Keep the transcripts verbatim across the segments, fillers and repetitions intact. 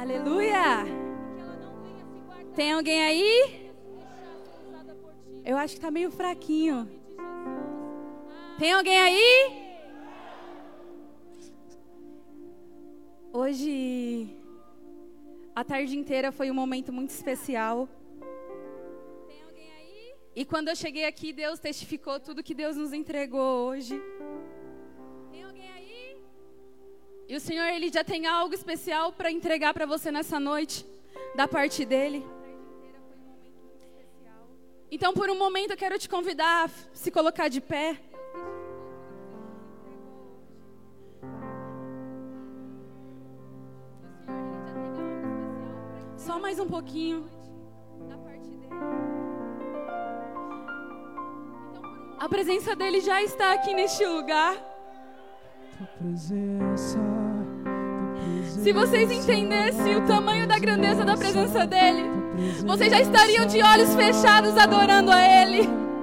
Aleluia! Tem alguém aí? Eu acho que tá meio fraquinho. Tem alguém aí? Hoje, a tarde inteira foi um momento muito especial. Tem alguém aí? E quando eu cheguei aqui, Deus testificou tudo que Deus nos entregou hoje. Tem alguém aí? E o Senhor, Ele já tem algo especial para entregar para você nessa noite, da parte dEle. Então, por um momento, eu quero te convidar a se colocar de pé. Só mais um pouquinho. A presença dEle já está aqui neste lugar. Se vocês entendessem o tamanho da grandeza da presença dEle, vocês já estariam de olhos fechados adorando a Ele.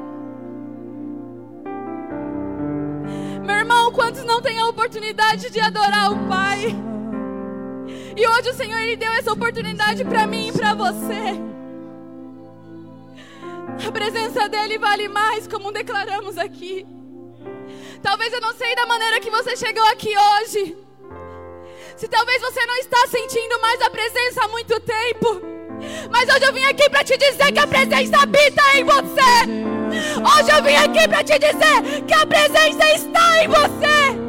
Meu irmão, quantos não têm a oportunidade de adorar o Pai? E hoje o Senhor, Ele deu essa oportunidade para mim e para você. A presença dEle vale mais, como declaramos aqui. Talvez eu não sei da maneira que você chegou aqui hoje. Se talvez você não está sentindo mais a presença há muito tempo, mas hoje eu vim aqui para te dizer que a presença habita em você. Hoje eu vim aqui para te dizer que a presença está em você.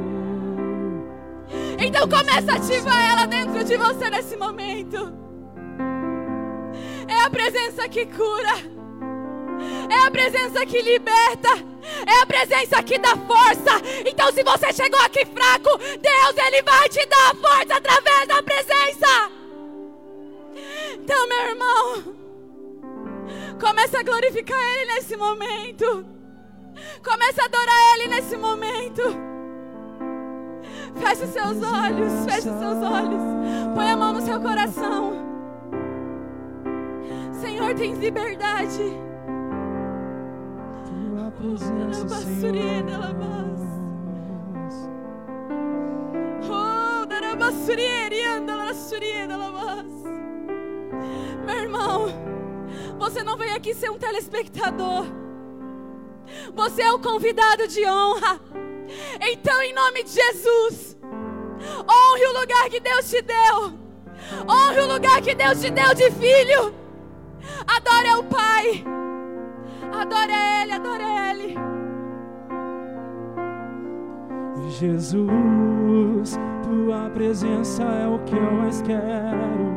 Então começa a ativar ela dentro de você nesse momento. É a presença que cura. É a presença que liberta. É a presença que dá força. Então se você chegou aqui fraco, Deus, Ele vai te dar força através da presença. Então, meu irmão, começa a glorificar Ele nesse momento. Começa a adorar Ele nesse momento. Feche os seus olhos, feche os seus olhos. Põe a mão no seu coração. Senhor, tens liberdade. Tua presença, Senhor. Oh, meu irmão, você não veio aqui ser um telespectador. Você é o convidado de honra. Então, em nome de Jesus, honre o lugar que Deus te deu. Honre o lugar que Deus te deu de filho. Adore ao Pai. Adore a Ele, adore a Ele. Jesus, tua presença é o que eu mais quero.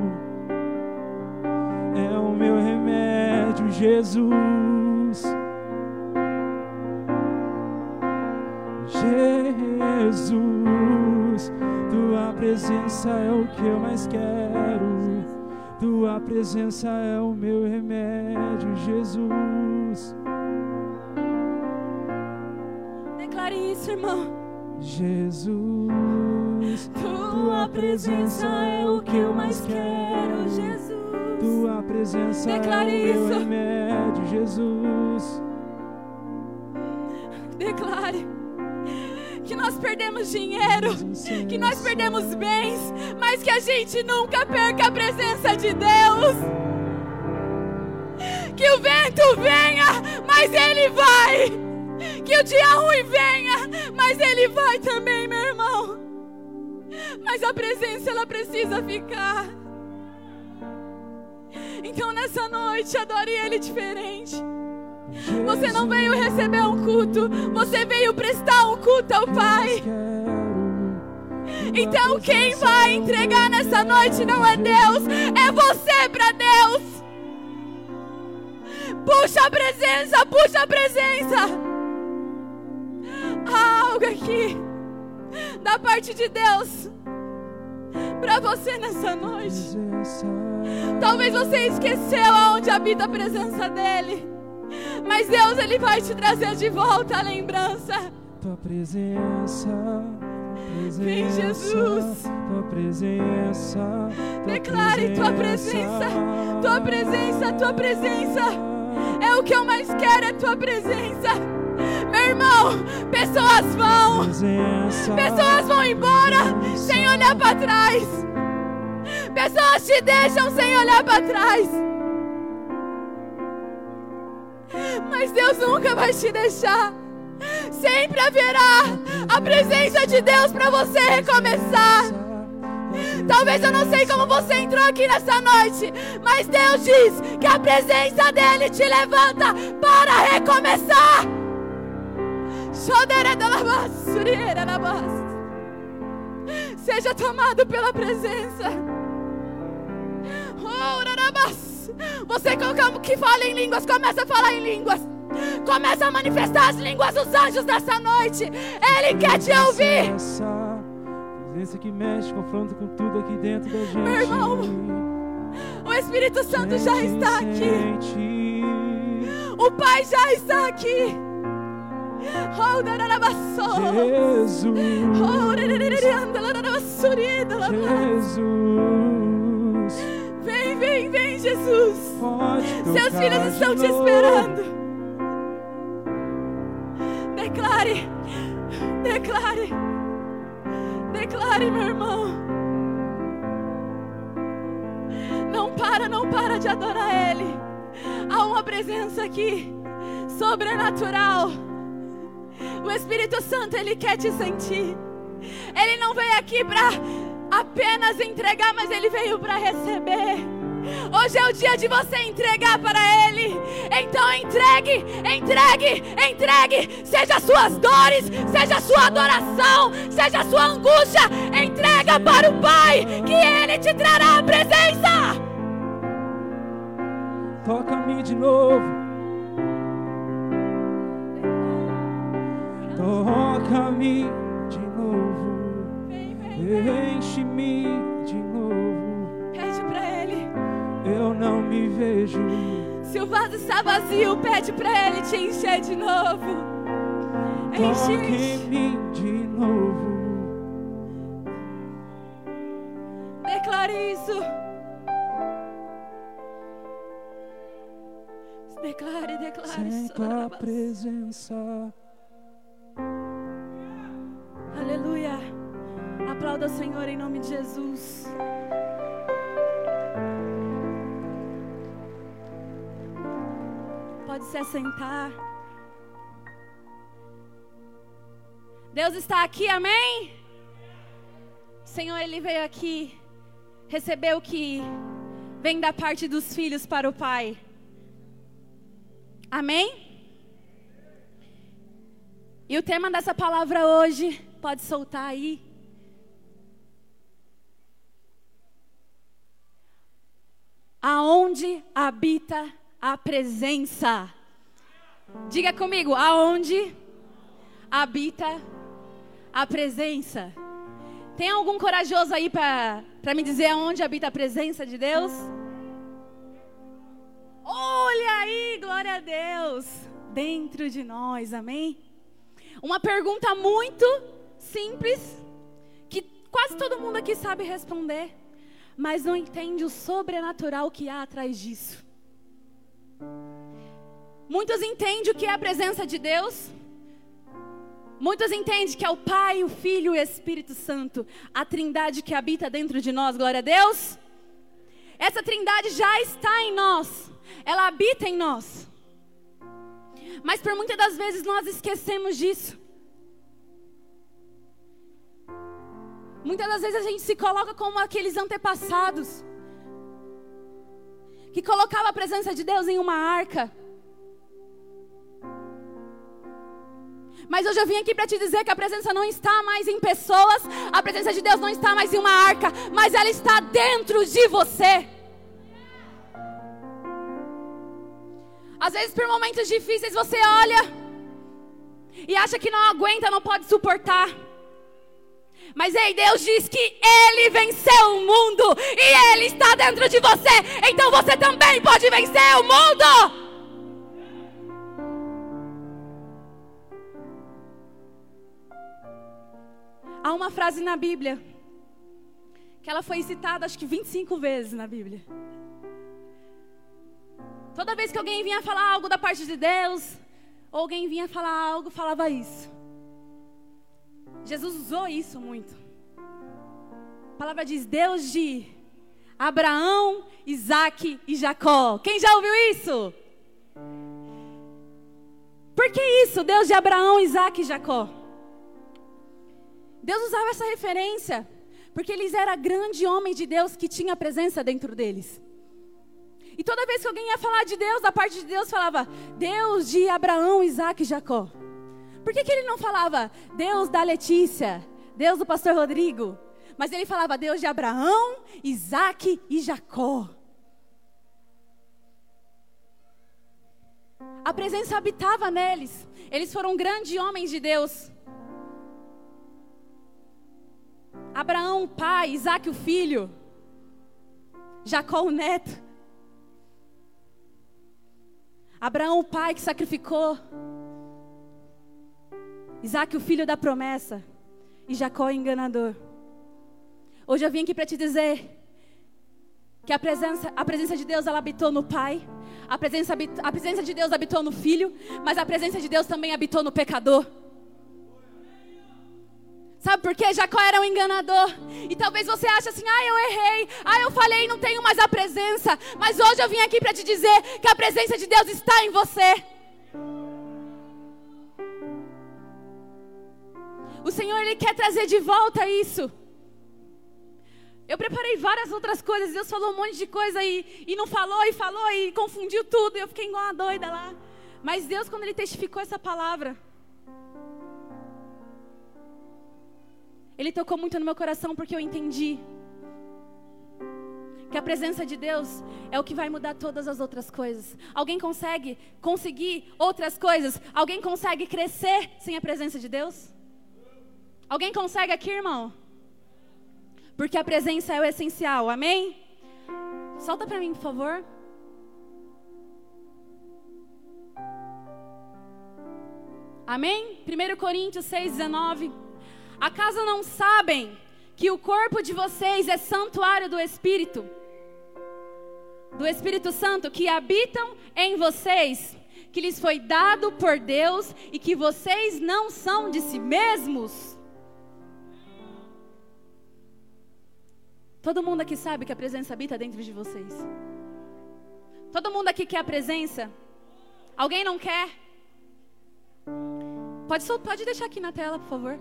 É o meu remédio, Jesus. Jesus, tua presença é o que eu mais quero. Tua presença é o meu remédio, Jesus. Declare isso, irmão. Jesus, tua presença é o que eu mais quero, Jesus. Tua presença Declare é o meu isso. remédio, Jesus. Declare que nós perdemos dinheiro, que nós perdemos bens, mas que a gente nunca perca a presença de Deus. Que o vento venha, mas Ele vai. Que o dia ruim venha, mas Ele vai também, meu irmão. Mas a presença, ela precisa ficar. Então nessa noite, adore Ele diferente. Você não veio receber um culto, você veio prestar um culto ao Pai. Então quem vai entregar nessa noite não é Deus, é você para Deus. Puxa a presença, puxa a presença. Há algo aqui da parte de Deus para você nessa noite. Talvez você esqueceu aonde habita a presença dEle, mas Deus, Ele vai te trazer de volta a lembrança. Tua presença, presença, vem, Jesus. Tua presença, tua declare tua presença, tua presença, tua presença. É o que eu mais quero, é tua presença. Meu irmão, pessoas vão, presença, pessoas vão embora sem olhar para trás. Pessoas te deixam sem olhar para trás. Mas Deus nunca vai te deixar. Sempre haverá a presença de Deus para você recomeçar. Talvez eu não sei como você entrou aqui nessa noite, mas Deus diz que a presença dele te levanta para recomeçar. Seja tomado pela presença. Você que fala em línguas, começa a falar em línguas. Começa a manifestar as línguas dos anjos dessa noite. Ele quer te ouvir. Presença que mexe, confronta com tudo aqui dentro da gente. Meu irmão, o Espírito Santo já está aqui. O Pai já está aqui. Jesus. Jesus. Vem, vem, vem, Jesus. Seus filhos estão te esperando. Declare, declare, declare, meu irmão. Não para, não para de adorar Ele. Há uma presença aqui, sobrenatural. O Espírito Santo, Ele quer te sentir. Ele não veio aqui para apenas entregar, mas Ele veio para receber. Hoje é o dia de você entregar para Ele. Então entregue, entregue, entregue. Seja as suas dores, seja a sua adoração, seja a sua angústia. Entrega para o Pai, que Ele te trará a presença. Toca-me de novo. Toca-me de novo. Enche-me de novo. Pede para Ele. Eu não me vejo. Se o vaso está vazio, pede para Ele te encher de novo. Toque-me de novo. Declare isso. Declare, declare. Sinto a presença. Aleluia. Aplauda o Senhor em nome de Jesus. Pode se assentar. Deus está aqui, amém? O Senhor, Ele veio aqui receber o que vem da parte dos filhos para o Pai. Amém? E o tema dessa palavra hoje, pode soltar aí. Aonde habita a presença? Diga comigo, aonde habita a presença? Tem algum corajoso aí para para me dizer aonde habita a presença de Deus? Olha aí, glória a Deus, dentro de nós, amém? Uma pergunta muito simples, que quase todo mundo aqui sabe responder, mas não entende o sobrenatural que há atrás disso. Muitos entendem o que é a presença de Deus. Muitos entendem que é o Pai, o Filho e o Espírito Santo, a trindade que habita dentro de nós, glória a Deus. Essa trindade já está em nós, ela habita em nós. Mas por muitas das vezes nós esquecemos disso. Muitas das vezes a gente se coloca como aqueles antepassados que colocava a presença de Deus em uma arca. Mas hoje eu vim aqui para te dizer que a presença não está mais em pessoas, a presença de Deus não está mais em uma arca, mas ela está dentro de você. Às vezes por momentos difíceis você olha e acha que não aguenta, não pode suportar. Mas ei, Deus diz que Ele venceu o mundo e Ele está dentro de você. Então você também pode vencer o mundo. Há uma frase na Bíblia que ela foi citada acho que vinte e cinco vezes na Bíblia. Toda vez que alguém vinha falar algo da parte de Deus, ou alguém vinha falar algo, falava isso. Jesus usou isso muito. A palavra diz, Deus de Abraão, Isaque e Jacó. Quem já ouviu isso? Por que isso? Deus de Abraão, Isaque e Jacó. Deus usava essa referência porque eles eram grande homem de Deus que tinha presença dentro deles. E toda vez que alguém ia falar de Deus, da parte de Deus falava Deus de Abraão, Isaque e Jacó. Por que que ele não falava Deus da Letícia, Deus do pastor Rodrigo? Mas ele falava Deus de Abraão, Isaque e Jacó. A presença habitava neles. Eles foram grandes homens de Deus. Abraão o pai, Isaque o filho, Jacó o neto. Abraão o pai que sacrificou, Isaque o filho da promessa e Jacó o enganador. Hoje eu vim aqui para te dizer que a presença, a presença de Deus ela habitou no pai, a presença, a presença de Deus habitou no filho, mas a presença de Deus também habitou no pecador. Sabe por quê? Jacó era um enganador. E talvez você ache assim, ah, eu errei, ah, eu falhei, não tenho mais a presença. Mas hoje eu vim aqui para te dizer que a presença de Deus está em você. O Senhor, Ele quer trazer de volta isso. Eu preparei várias outras coisas, Deus falou um monte de coisa e, e não falou, e falou, e confundiu tudo. Eu fiquei igual uma doida lá. Mas Deus, quando Ele testificou essa palavra, Ele tocou muito no meu coração porque eu entendi que a presença de Deus é o que vai mudar todas as outras coisas. Alguém consegue conseguir outras coisas? Alguém consegue crescer sem a presença de Deus? Alguém consegue aqui, irmão? Porque a presença é o essencial, amém? Solta para mim, por favor. Amém? primeiro Coríntios seis, dezenove. Acaso não sabem que o corpo de vocês é santuário do Espírito? Do Espírito Santo que habitam em vocês, que lhes foi dado por Deus e que vocês não são de si mesmos? Todo mundo aqui sabe que a presença habita dentro de vocês. Todo mundo aqui quer a presença? Alguém não quer? Pode, pode deixar aqui na tela, por favor.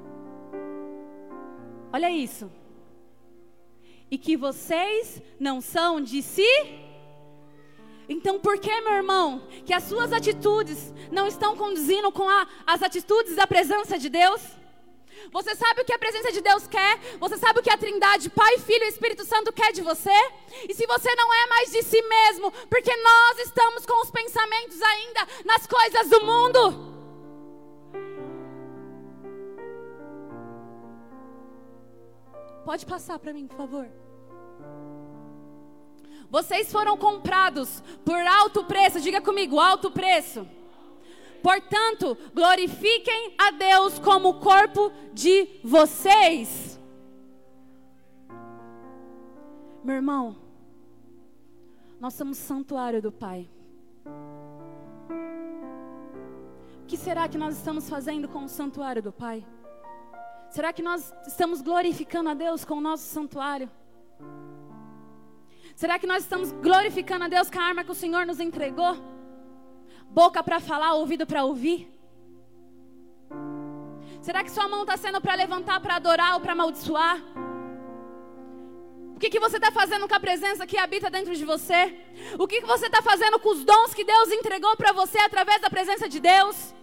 Olha isso. E que vocês não são de si? Então por que, meu irmão, que as suas atitudes não estão conduzindo com a, as atitudes da presença de Deus? Você sabe o que a presença de Deus quer? Você sabe o que a Trindade, Pai, Filho e Espírito Santo quer de você? E se você não é mais de si mesmo, porque nós estamos com os pensamentos ainda nas coisas do mundo? Pode passar para mim, por favor. Vocês foram comprados por alto preço. Diga comigo, alto preço. Portanto, glorifiquem a Deus como o corpo de vocês. Meu irmão, nós somos santuário do Pai. O que será que nós estamos fazendo com o santuário do Pai? Será que nós estamos glorificando a Deus com o nosso santuário? Será que nós estamos glorificando a Deus com a arma que o Senhor nos entregou? Boca para falar, ouvido para ouvir? Será que sua mão está sendo para levantar, para adorar ou para amaldiçoar? O que, que você está fazendo com a presença que habita dentro de você? O que, que você está fazendo com os dons que Deus entregou para você através da presença de Deus?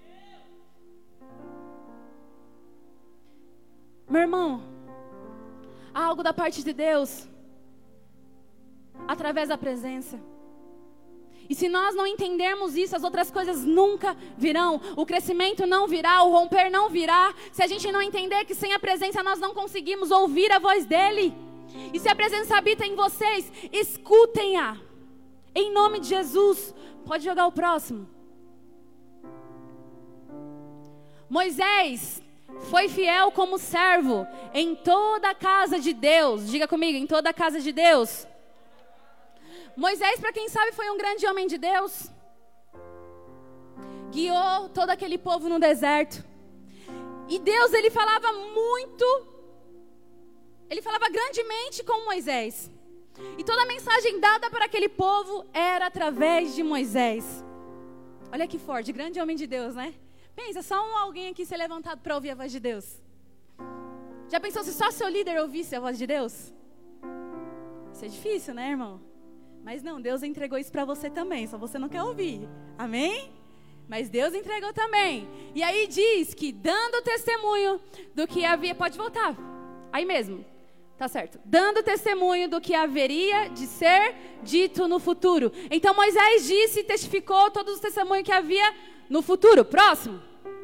Meu irmão, há algo da parte de Deus através da presença. E se nós não entendermos isso, as outras coisas nunca virão. O crescimento não virá, o romper não virá. Se a gente não entender que sem a presença nós não conseguimos ouvir a voz dEle. E se a presença habita em vocês, escutem-a. Em nome de Jesus. Pode jogar o próximo. Moisés foi fiel como servo em toda a casa de Deus. Diga comigo, em toda a casa de Deus. Moisés, para quem sabe, foi um grande homem de Deus. Guiou todo aquele povo no deserto. E Deus, ele falava muito, ele falava grandemente com Moisés. E toda a mensagem dada para aquele povo era através de Moisés. Olha que forte, grande homem de Deus, né? Pensa, só um alguém aqui ser levantado para ouvir a voz de Deus. Já pensou se só seu líder ouvisse a voz de Deus? Isso é difícil, né, irmão? Mas não, Deus entregou isso para você também, só você não quer ouvir. Amém? Mas Deus entregou também. E aí diz que dando testemunho do que havia... Pode voltar. Aí mesmo. Tá certo. Dando testemunho do que haveria de ser dito no futuro. Então Moisés disse e testificou todos os testemunhos que havia no futuro. Próximo.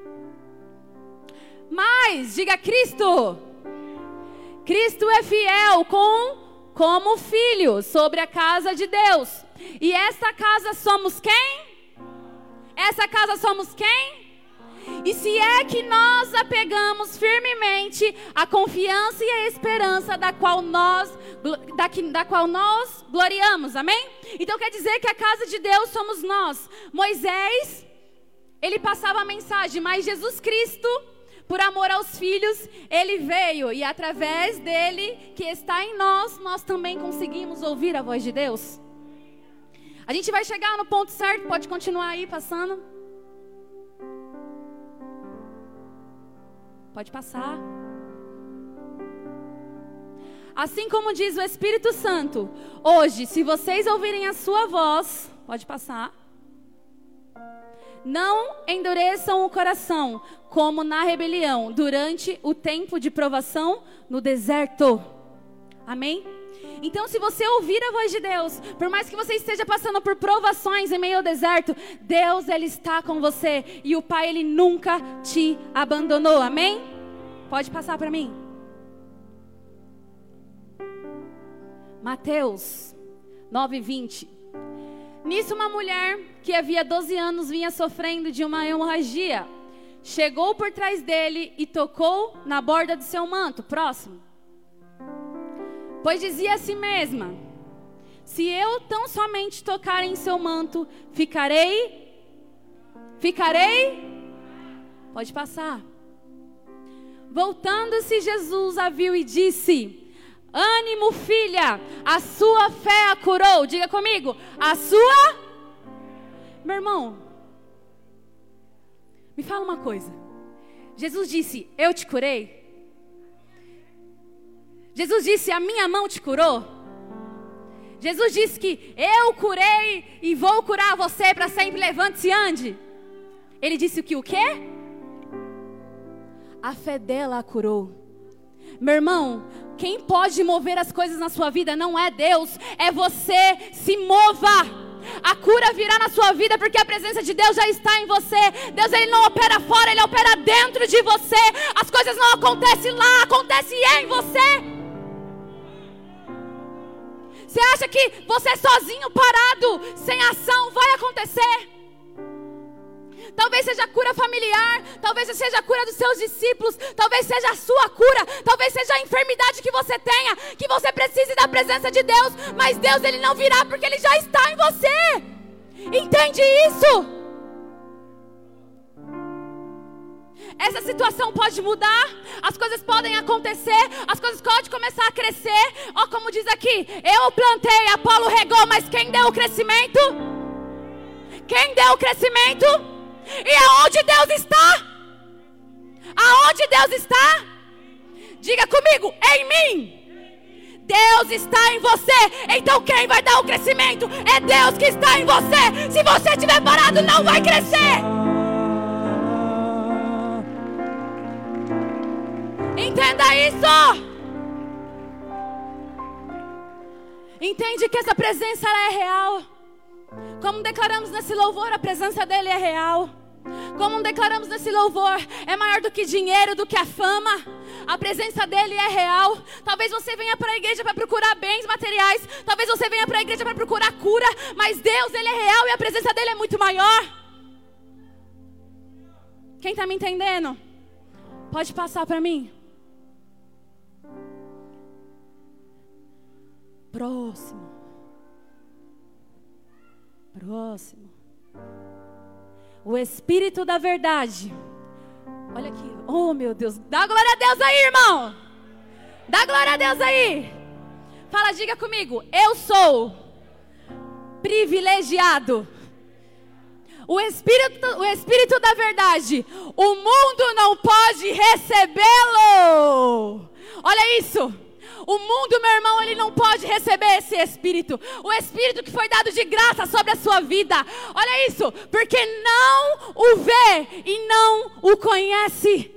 Mas, diga Cristo. Cristo é fiel com, como filho sobre a casa de Deus. E essa casa somos quem? Essa casa somos quem? E se é que nós apegamos firmemente a confiança e a esperança da qual nós, da, da qual nós gloriamos, amém? Então quer dizer que a casa de Deus somos nós. Moisés, ele passava a mensagem, mas Jesus Cristo, por amor aos filhos, ele veio e através dele, que está em nós, nós também conseguimos ouvir a voz de Deus. A gente vai chegar no ponto certo, pode continuar aí passando. Pode passar. Assim como diz o Espírito Santo, hoje, se vocês ouvirem a sua voz, pode passar. Não endureçam o coração, como na rebelião, durante o tempo de provação no deserto. Amém? Então, se você ouvir a voz de Deus, por mais que você esteja passando por provações em meio ao deserto, Deus, Ele está com você. E o Pai, Ele nunca te abandonou. Amém? Pode passar para mim. Mateus nove, vinte. Nisso uma mulher que havia doze anos vinha sofrendo de uma hemorragia. Chegou por trás dele e tocou na borda do seu manto. Próximo. Pois dizia a si mesma, se eu tão somente tocar em seu manto, ficarei, ficarei, pode passar. Voltando-se, Jesus a viu e disse, ânimo, filha, a sua fé a curou. Diga comigo, a sua... Meu irmão, me fala uma coisa. Jesus disse, eu te curei? Jesus disse, a minha mão te curou? Jesus disse que eu curei e vou curar você para sempre, levante-se e ande. Ele disse que o quê? A fé dela a curou. Meu irmão, quem pode mover as coisas na sua vida não é Deus, é você. Se mova. A cura virá na sua vida porque a presença de Deus já está em você. Deus, Ele não opera fora, Ele opera dentro de você. As coisas não acontecem lá, acontecem em você. Você acha que você sozinho, parado, sem ação, vai acontecer? Talvez seja a cura familiar, talvez seja a cura dos seus discípulos, talvez seja a sua cura, talvez seja a enfermidade que você tenha, que você precise da presença de Deus, mas Deus, Ele não virá porque Ele já está em você. Entende isso? Essa situação pode mudar, as coisas podem acontecer, as coisas podem começar a crescer. Ó, como diz aqui, eu plantei, Apolo regou, mas quem deu o crescimento? Quem deu o crescimento? E aonde Deus está? Aonde Deus está? Diga comigo, em mim. Deus está em você. Então quem vai dar o crescimento? É Deus que está em você. Se você estiver parado, não vai crescer. Entenda isso. Entende que essa presença ela é real. Como declaramos nesse louvor, a presença dele é real. Como declaramos nesse louvor, é maior do que dinheiro, do que a fama. A presença dele é real. Talvez você venha para a igreja para procurar bens materiais. Talvez você venha para a igreja para procurar cura. Mas Deus, ele é real e a presença dele é muito maior. Quem está me entendendo? Pode passar para mim. Próximo. Próximo. O Espírito da verdade. Olha aqui. Oh, meu Deus. Dá glória a Deus aí, irmão. Dá glória a Deus aí. Fala, diga comigo. Eu sou privilegiado. O Espírito, o Espírito da verdade, o mundo não pode recebê-lo. Olha isso. O mundo, meu irmão, ele não pode receber esse Espírito. O Espírito que foi dado de graça sobre a sua vida. Olha isso. Porque não o vê e não o conhece.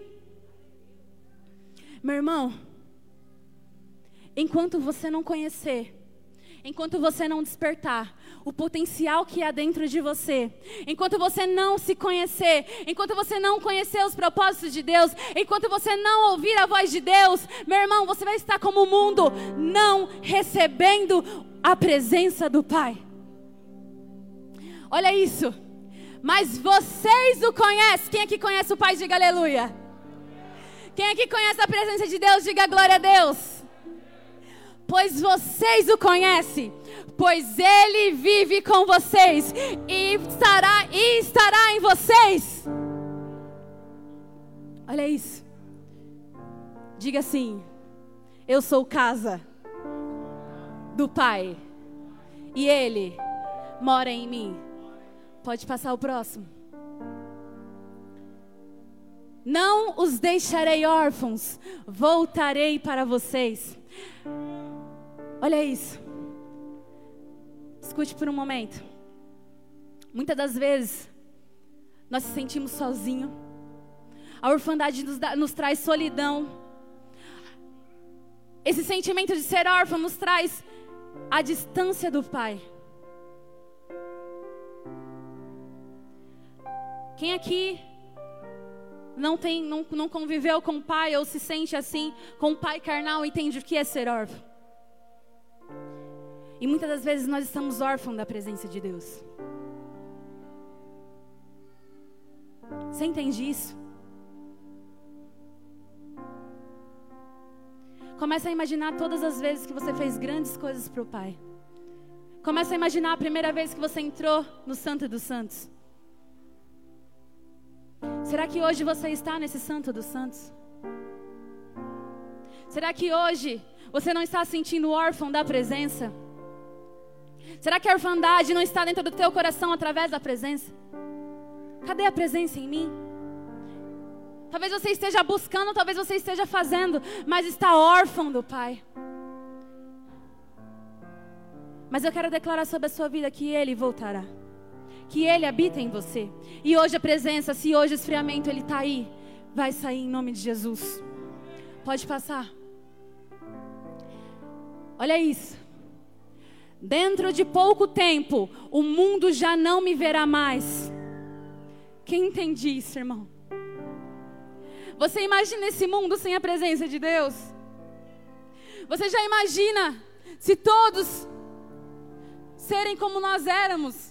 Meu irmão, enquanto você não conhecer, enquanto você não despertar o potencial que há dentro de você, enquanto você não se conhecer, enquanto você não conhecer os propósitos de Deus, enquanto você não ouvir a voz de Deus, meu irmão, você vai estar como o mundo, não recebendo a presença do Pai. Olha isso. Mas vocês o conhecem. Quem aqui conhece o Pai? Diga aleluia. Quem aqui conhece a presença de Deus? Diga glória a Deus. Pois vocês o conhecem, pois Ele vive com vocês e estará, e estará em vocês. Olha isso. Diga assim: eu sou casa do Pai e Ele mora em mim. Pode passar o próximo. Não os deixarei órfãos, voltarei para vocês. Olha isso. Escute por um momento. Muitas das vezes nós nos sentimos sozinhos. A orfandade nos, dá, nos traz solidão. Esse sentimento de ser órfão nos traz a distância do Pai. Quem aqui não, tem, não, não conviveu com o pai ou se sente assim com o pai carnal e entende o que é ser órfão? E muitas das vezes nós estamos órfãos da presença de Deus. Você entende isso? Começa a imaginar todas as vezes que você fez grandes coisas para o Pai. Começa a imaginar a primeira vez que você entrou no Santo dos Santos. Será que hoje você está nesse Santo dos Santos? Será que hoje você não está sentindo órfão da presença? Será que a orfandade não está dentro do teu coração através da presença? Cadê a presença em mim? Talvez você esteja buscando, talvez você esteja fazendo, mas está órfão do Pai. Mas eu quero declarar sobre a sua vida que Ele voltará, que Ele habita em você. E hoje a presença, se hoje o esfriamento Ele está aí, vai sair em nome de Jesus. Pode passar. Olha isso. Dentro de pouco tempo, o mundo já não me verá mais. Quem entende isso, irmão? Você imagina esse mundo sem a presença de Deus? Você já imagina se todos serem como nós éramos?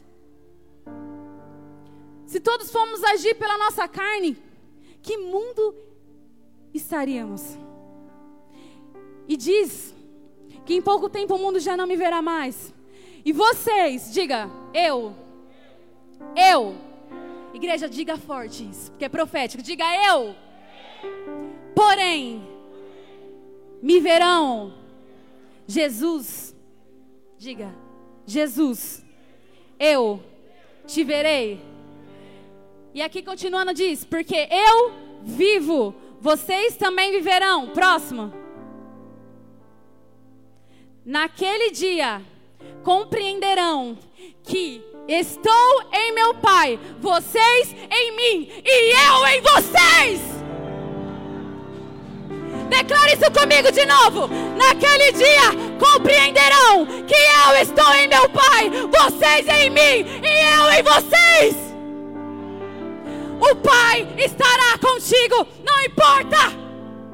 Se todos formos agir pela nossa carne, que mundo estaríamos? E diz que em pouco tempo o mundo já não me verá mais. E vocês, diga, eu, eu, igreja, diga forte isso, porque é profético, diga eu, porém, me verão, Jesus, diga, Jesus, eu te verei. E aqui continuando diz, porque eu vivo, vocês também viverão. Próximo. Naquele dia, compreenderão que estou em meu Pai, vocês em mim e eu em vocês. Declare isso comigo de novo. Naquele dia, compreenderão que eu estou em meu Pai, vocês em mim e eu em vocês. O Pai estará contigo, não importa.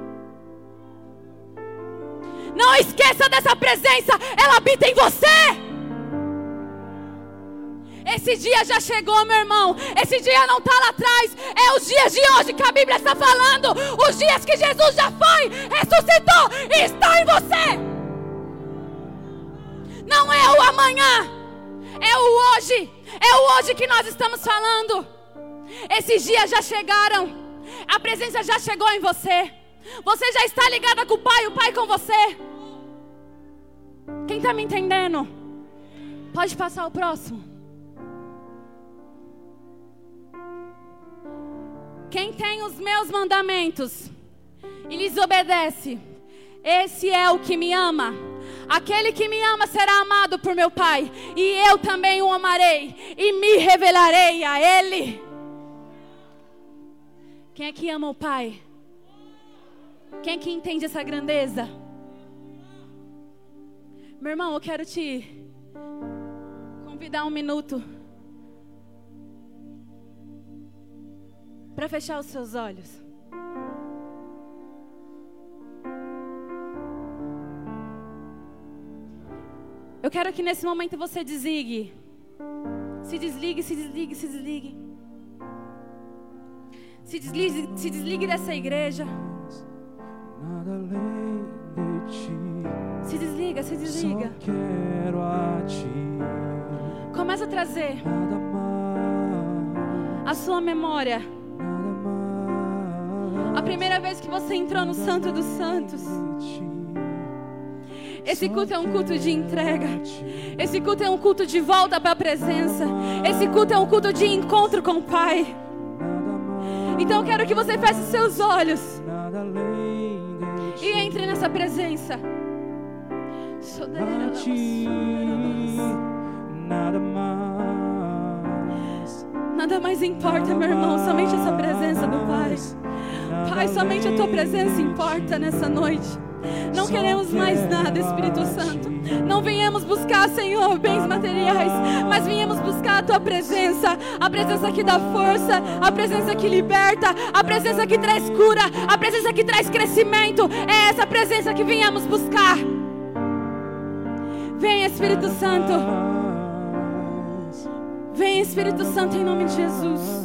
Não esqueça dessa presença, ela habita em você. Esse dia já chegou, meu irmão. Esse dia não está lá atrás. É os dias de hoje que a Bíblia está falando. Os dias que Jesus já foi, ressuscitou e está em você. Não é o amanhã, é o hoje. É o hoje que nós estamos falando. Esses dias já chegaram. A presença já chegou em você. Você já está ligada com o Pai, o Pai com você. Quem está me entendendo? Pode passar o próximo. Quem tem os meus mandamentos e lhes obedece, esse é o que me ama. Aquele que me ama será amado por meu Pai, e eu também o amarei e me revelarei a Ele. Quem é que ama o Pai? Quem é que entende essa grandeza? Meu irmão, eu quero te convidar um minuto para fechar os seus olhos. Eu quero que nesse momento você desligue. Se desligue, se desligue, se desligue. Se desligue, se desligue dessa igreja. Nada além de ti. Se desliga, se desliga. Só quero a ti. Começa a trazer Nada mais, a sua memória. nada mais. A primeira vez que você entrou no Santo dos Santos. Esse culto é um culto de entrega. Esse culto é um culto de volta para a presença. Esse culto é um culto de encontro com o Pai. Então eu quero que você feche seus olhos e entre nessa presença. A ti, nada mais. Nada mais importa, meu irmão, somente essa presença do Pai. Pai, somente a tua presença importa nessa noite. Não queremos mais nada, Espírito Santo. Não venhamos buscar, Senhor, bens materiais, mas venhamos buscar a tua presença. A presença que dá força, a presença que liberta, a presença que traz cura, a presença que traz crescimento. É essa presença que venhamos buscar. Vem, Espírito Santo. Vem, Espírito Santo, em nome de Jesus.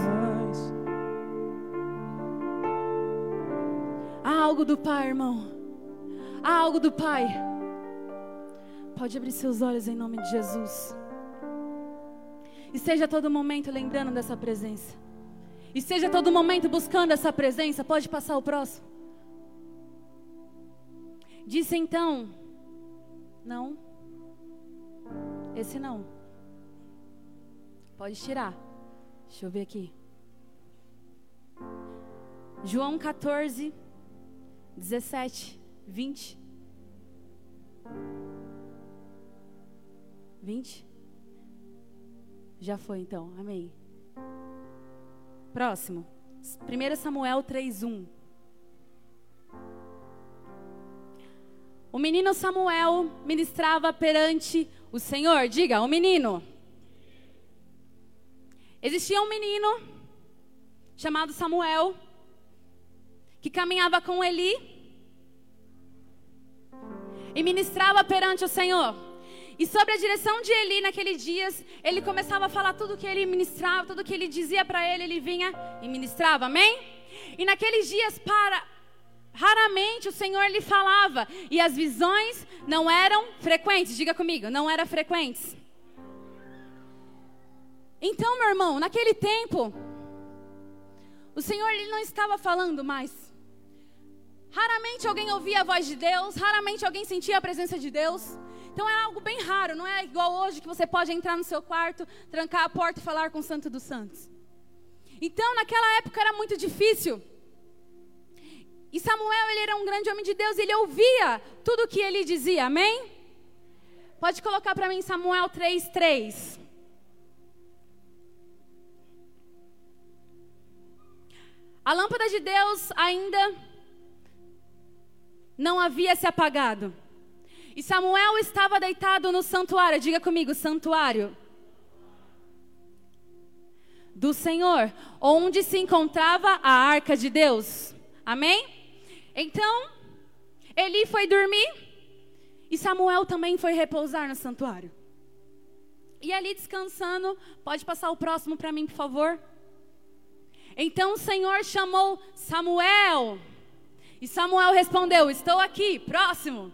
Há algo do Pai, irmão. Há algo do Pai. Pode abrir seus olhos em nome de Jesus. E seja a todo momento lembrando dessa presença. E seja a todo momento buscando essa presença. Pode passar o próximo. Disse então. Não. Esse não. Pode tirar. Deixa eu ver aqui. João quatorze, dezessete, vinte. vinte? Já foi então, amém. Próximo. primeiro Samuel três, um. O menino Samuel ministrava perante o Senhor. Diga, o menino. Existia um menino chamado Samuel que caminhava com Eli e ministrava perante o Senhor. E sobre a direção de Eli naqueles dias, ele começava a falar tudo que ele ministrava, tudo que ele dizia para ele, ele vinha e ministrava, amém? E naqueles dias, para, raramente o Senhor lhe falava, e as visões não eram frequentes, diga comigo, não eram frequentes. Então, meu irmão, naquele tempo, o Senhor ele não estava falando mais. Raramente alguém ouvia a voz de Deus, raramente alguém sentia a presença de Deus. Então é algo bem raro, não é igual hoje que você pode entrar no seu quarto, trancar a porta e falar com o Santo dos Santos. Então naquela época era muito difícil. E Samuel, ele era um grande homem de Deus, ele ouvia tudo o que ele dizia, amém? Pode colocar para mim Samuel três, três. A lâmpada de Deus ainda não havia se apagado. E Samuel estava deitado no santuário, diga comigo, santuário do Senhor, onde se encontrava a arca de Deus, amém? Então, Eli foi dormir e Samuel também foi repousar no santuário. E ali descansando, pode passar o próximo para mim, por favor? Então o Senhor chamou Samuel, e Samuel respondeu, estou aqui, próximo.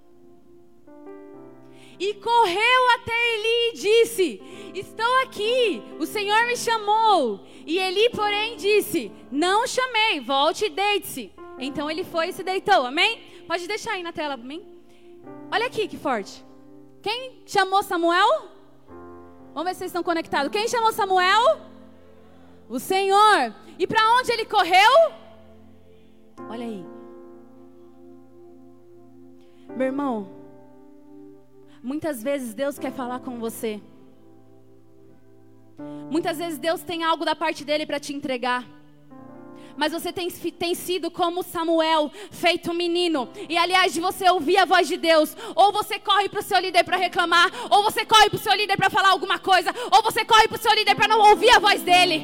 E correu até Eli e disse, estou aqui, o Senhor me chamou. E Eli, porém, disse, não chamei, volte e deite-se. Então ele foi e se deitou, amém? Pode deixar aí na tela para mim. Olha aqui que forte. Quem chamou Samuel? Vamos ver se vocês estão conectados. Quem chamou Samuel? O Senhor. E para onde ele correu? Olha aí. Meu irmão, muitas vezes Deus quer falar com você. Muitas vezes Deus tem algo da parte dele para te entregar. Mas você tem, tem sido como Samuel, feito menino. E aliás de você ouvir a voz de Deus, ou você corre para o seu líder para reclamar, ou você corre para o seu líder para falar alguma coisa, ou você corre para o seu líder para não ouvir a voz dele.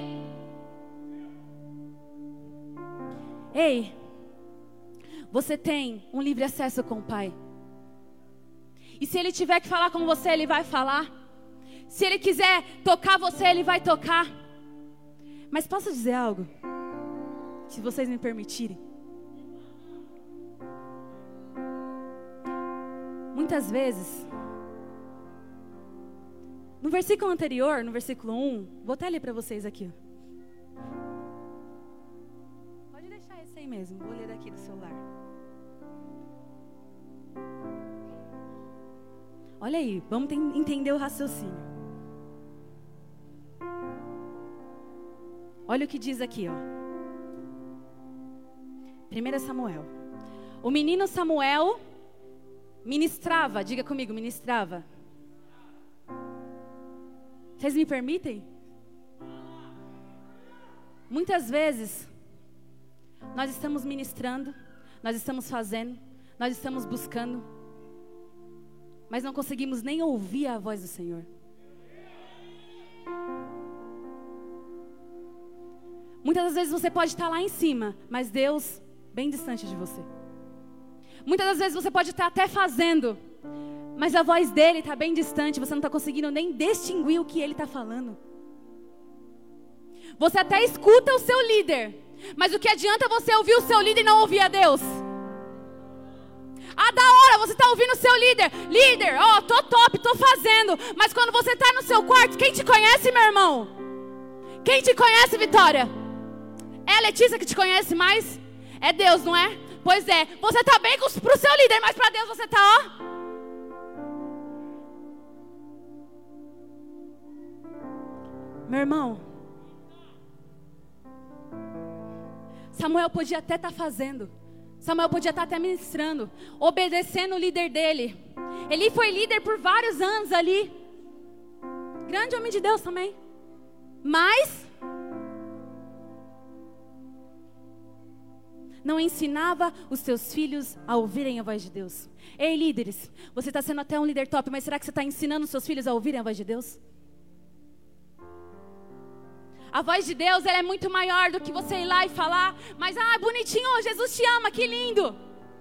Ei, você tem um livre acesso com o Pai. E se Ele tiver que falar com você, Ele vai falar. Se Ele quiser tocar você, Ele vai tocar. Mas posso dizer algo? Se vocês me permitirem. Muitas vezes, no versículo anterior, no versículo um, vou até ler para vocês aqui. Pode deixar esse aí mesmo, vou ler daqui do celular. Olha aí, vamos entender o raciocínio. Olha o que diz aqui, ó. primeiro Samuel. O menino Samuel ministrava, diga comigo, ministrava. Vocês me permitem? Muitas vezes, nós estamos ministrando, nós estamos fazendo, nós estamos buscando, mas não conseguimos nem ouvir a voz do Senhor. Muitas das vezes você pode estar lá em cima, mas Deus bem distante de você. Muitas das vezes você pode estar até fazendo, mas a voz dele está bem distante, você não está conseguindo nem distinguir o que ele está falando. Você até escuta o seu líder, mas o que adianta você ouvir o seu líder e não ouvir a Deus? Ah, da hora, você está ouvindo o seu líder. Líder, ó, oh, tô top, tô fazendo. Mas quando você está no seu quarto, quem te conhece, meu irmão? Quem te conhece, Vitória? É a Letícia que te conhece mais? É Deus, não é? Pois é, você está bem para o seu líder, mas para Deus você está, ó. Meu irmão, Samuel podia até estar tá fazendo, Samuel podia estar tá até ministrando, obedecendo o líder dele. Ele foi líder por vários anos ali, grande homem de Deus também. Mas não ensinava os seus filhos a ouvirem a voz de Deus. Ei, líderes, você está sendo até um líder top, mas será que você está ensinando os seus filhos a ouvirem a voz de Deus? A voz de Deus, ela é muito maior do que você ir lá e falar, mas, ah, bonitinho, Jesus te ama, que lindo.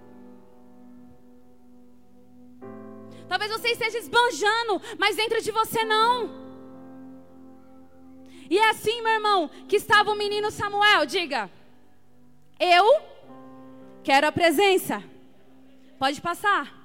Talvez você esteja esbanjando, mas dentro de você não. E é assim, meu irmão, que estava o menino Samuel. Diga, eu quero a presença. Pode passar.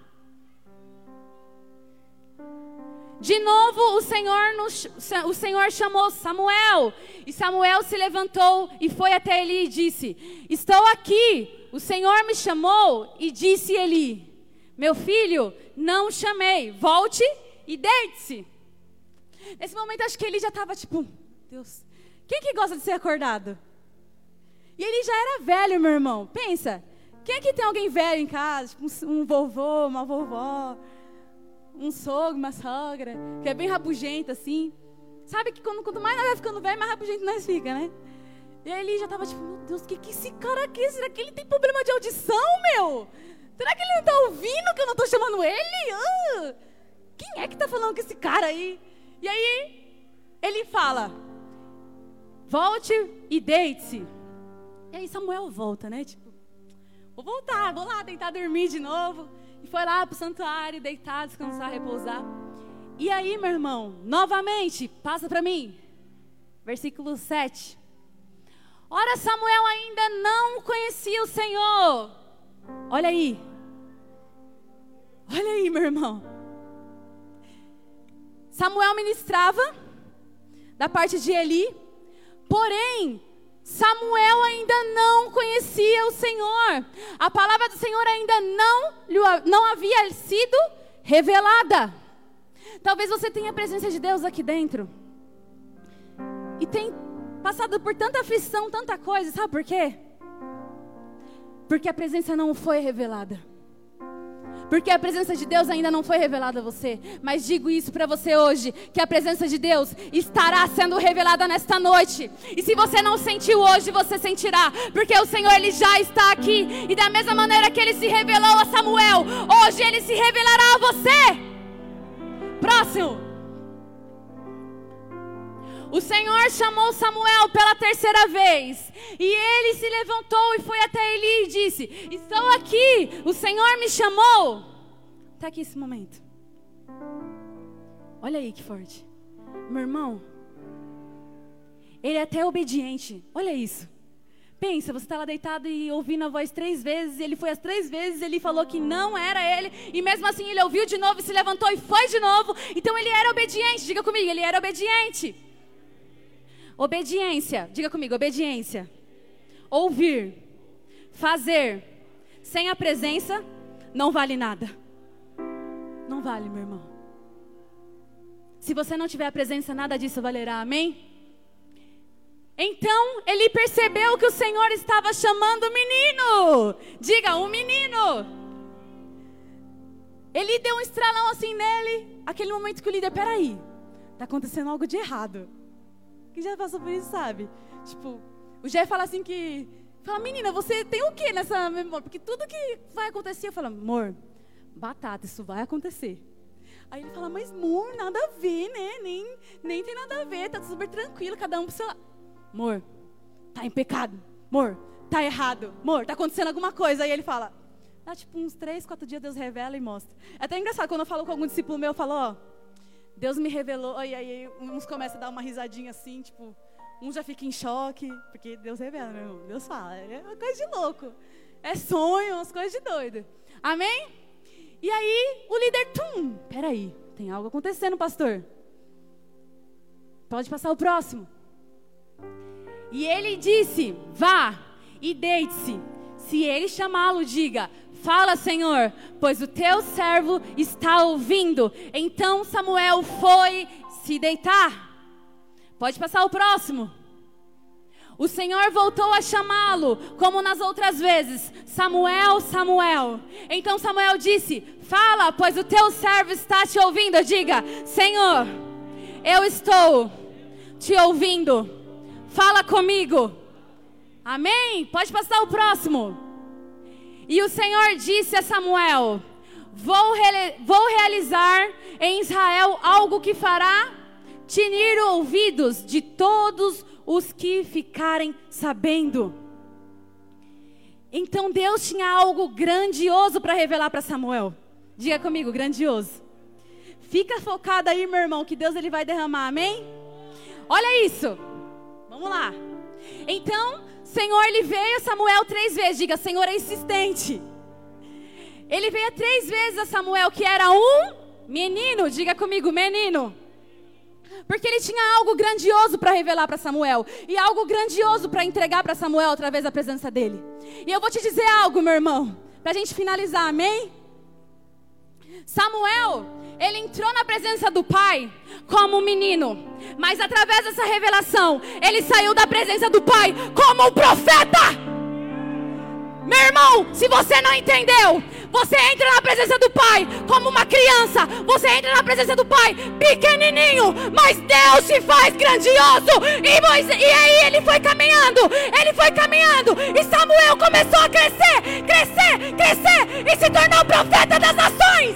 De novo o Senhor, nos, o Senhor chamou Samuel. E Samuel se levantou e foi até Eli e disse, estou aqui, o Senhor me chamou. E disse Eli, meu filho, não chamei, volte e deite-se. Nesse momento acho que Eli já estava tipo, Deus, quem que gosta de ser acordado? E ele já era velho, meu irmão. Pensa, quem é que tem alguém velho em casa? Tipo um, um vovô, uma vovó, um sogro, uma sogra, que é bem rabugento assim. Sabe que quando, quanto mais nós vai ficando velho, mais rabugento nós fica, né? E aí ele já tava tipo, meu Deus, o que que esse cara aqui? Será que ele tem problema de audição, meu? Será que ele não tá ouvindo que eu não tô chamando ele? Uh, quem é que tá falando com esse cara aí? E aí ele fala, volte e deite-se. E aí Samuel volta, né? Tipo, vou voltar, vou lá tentar dormir de novo. E foi lá pro santuário, deitar, descansar, repousar. E aí, meu irmão, novamente, passa para mim. Versículo sete. Ora, Samuel ainda não conhecia o Senhor. Olha aí. Olha aí, meu irmão. Samuel ministrava da parte de Eli. Porém, Samuel ainda não conhecia o Senhor. A palavra do Senhor ainda não, não havia sido revelada. Talvez você tenha a presença de Deus aqui dentro e tenha passado por tanta aflição, tanta coisa. Sabe por quê? Porque a presença não foi revelada. Porque a presença de Deus ainda não foi revelada a você. Mas digo isso para você hoje, que a presença de Deus estará sendo revelada nesta noite. E se você não sentiu hoje, você sentirá. Porque o Senhor, Ele já está aqui. E da mesma maneira que Ele se revelou a Samuel, hoje Ele se revelará a você. Próximo. O Senhor chamou Samuel pela terceira vez. E ele se levantou e foi até Eli e disse: estou aqui, o Senhor me chamou. Está aqui esse momento. Olha aí que forte. Meu irmão, ele é até obediente. Olha isso. Pensa, você está lá deitado e ouvindo a voz três vezes. Ele foi as três vezes, ele falou que não era ele. E mesmo assim ele ouviu de novo e se levantou e foi de novo. Então ele era obediente. Diga comigo, ele era obediente. Obediência, diga comigo, obediência. Ouvir, fazer, sem a presença, não vale nada. Não vale, meu irmão. Se você não tiver a presença, nada disso valerá, amém? Então, ele percebeu que o Senhor estava chamando o menino. Diga, um menino. Ele deu um estralão assim nele. Aquele momento que o líder, peraí, está acontecendo algo de errado. Quem já passou por isso sabe? Tipo, o Jé fala assim que... Fala, menina, você tem o que nessa memória? Porque tudo que vai acontecer, eu falo, amor, batata, isso vai acontecer. Aí ele fala, mas amor, nada a ver, né? Nem, nem tem nada a ver, tá super tranquilo, cada um pro seu lado. Amor, tá em pecado. Amor, tá errado. Amor, tá acontecendo alguma coisa. Aí ele fala, dá tipo uns três, quatro dias, Deus revela e mostra. É até engraçado, quando eu falo com algum discípulo meu, eu falo, ó, Deus me revelou, e aí uns começam a dar uma risadinha assim, tipo, um já fica em choque, porque Deus revela, meu irmão, Deus fala, é uma coisa de louco, é sonho, umas coisas de doido, amém? E aí o líder, tum, peraí, tem algo acontecendo, pastor, pode passar o próximo. E ele disse, vá e deite-se, se ele chamá-lo, diga, fala, Senhor, pois o teu servo está ouvindo. Então Samuel foi se deitar. Pode passar o próximo. O Senhor voltou a chamá-lo, como nas outras vezes. Samuel, Samuel. Então Samuel disse, fala, pois o teu servo está te ouvindo. Diga, Senhor, eu estou te ouvindo. Fala comigo. Amém? Pode passar o próximo. E o Senhor disse a Samuel, vou, re- vou realizar em Israel algo que fará tinir ouvidos de todos os que ficarem sabendo. Então Deus tinha algo grandioso para revelar para Samuel. Diga comigo, grandioso. Fica focado aí, meu irmão, que Deus ele vai derramar, amém? Olha isso. Vamos lá. Então... Senhor, ele veio a Samuel três vezes. Diga, Senhor é insistente. Ele veio três vezes a Samuel, que era um menino. Diga comigo, menino. Porque ele tinha algo grandioso para revelar para Samuel. E algo grandioso para entregar para Samuel através da presença dele. E eu vou te dizer algo, meu irmão, para a gente finalizar, amém? Samuel, ele entrou na presença do pai como um menino. Mas através dessa revelação, ele saiu da presença do pai como um profeta. Meu irmão, se você não entendeu, você entra na presença do pai como uma criança. Você entra na presença do pai pequenininho, mas Deus se faz grandioso. E, Moisés, e aí ele foi caminhando, ele foi caminhando. E Samuel começou a crescer, crescer, crescer e se tornou profeta das nações.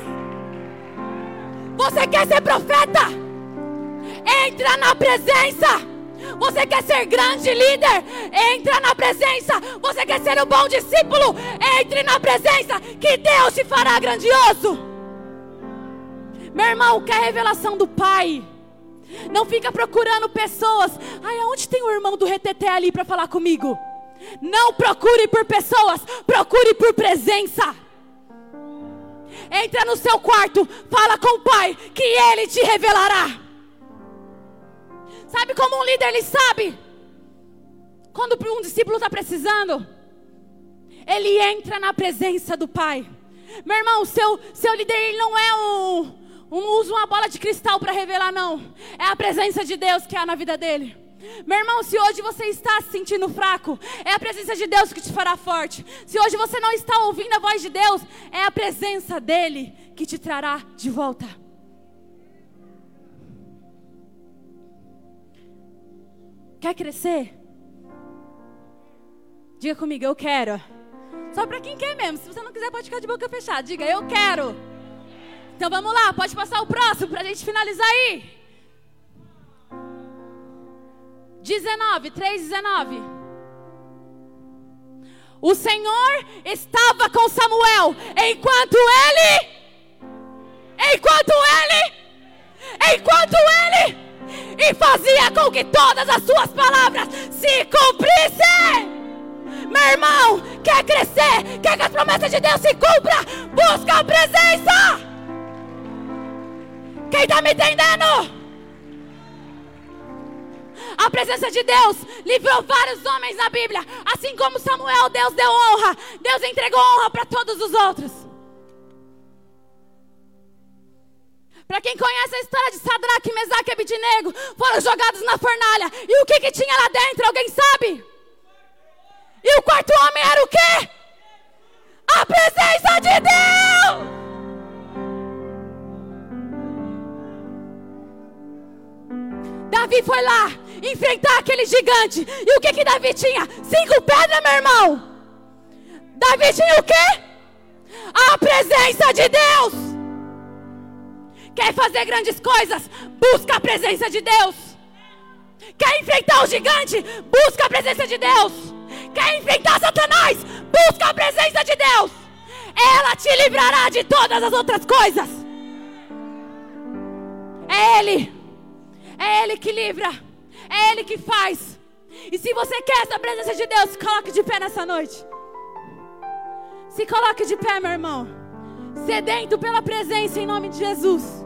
Você quer ser profeta? Entra na presença. Você quer ser grande líder? Entra na presença. Você quer ser um bom discípulo? Entre na presença, que Deus te fará grandioso. Meu irmão, quer revelação do Pai? Não fica procurando pessoas. Ai, aonde tem o irmão do reteté ali para falar comigo? Não procure por pessoas, procure por presença. Entra no seu quarto, fala com o Pai, que Ele te revelará. Sabe como um líder, ele sabe quando um discípulo está precisando? Ele entra na presença do Pai. Meu irmão, seu, seu líder, ele não é um, não usa uma bola de cristal para revelar, não. É a presença de Deus que há na vida dele. Meu irmão, se hoje você está se sentindo fraco, é a presença de Deus que te fará forte. Se hoje você não está ouvindo a voz de Deus, é a presença dele que te trará de volta. Quer crescer? Diga comigo, eu quero. Só para quem quer mesmo. Se você não quiser, pode ficar de boca fechada. Diga, eu quero. Então vamos lá, pode passar o próximo para a gente finalizar aí. dezenove, três, dezenove. O Senhor estava com Samuel enquanto ele, enquanto ele, enquanto ele, e fazia com que todas as suas palavras se cumprissem. Meu irmão, quer crescer, quer que as promessas de Deus se cumpram, busca a presença. Quem está me entendendo? A presença de Deus livrou vários homens na Bíblia. Assim como Samuel, Deus deu honra. Deus entregou honra para todos os outros. Para quem conhece a história de Sadraque, Mesaque e Abednego, foram jogados na fornalha. E o que, que tinha lá dentro? Alguém sabe? E o quarto homem era o quê? A presença de Deus! Davi foi lá enfrentar aquele gigante. E o que que Davi tinha? Cinco pedras, meu irmão. Davi tinha o quê? A presença de Deus. Quer fazer grandes coisas? Busca a presença de Deus. Quer enfrentar o gigante? Busca a presença de Deus. Quer enfrentar Satanás? Busca a presença de Deus. Ela te livrará de todas as outras coisas. É Ele. É Ele que livra. É Ele que faz. E se você quer essa presença de Deus, se coloque de pé nessa noite. Se coloque de pé, meu irmão. Sedento pela presença em nome de Jesus.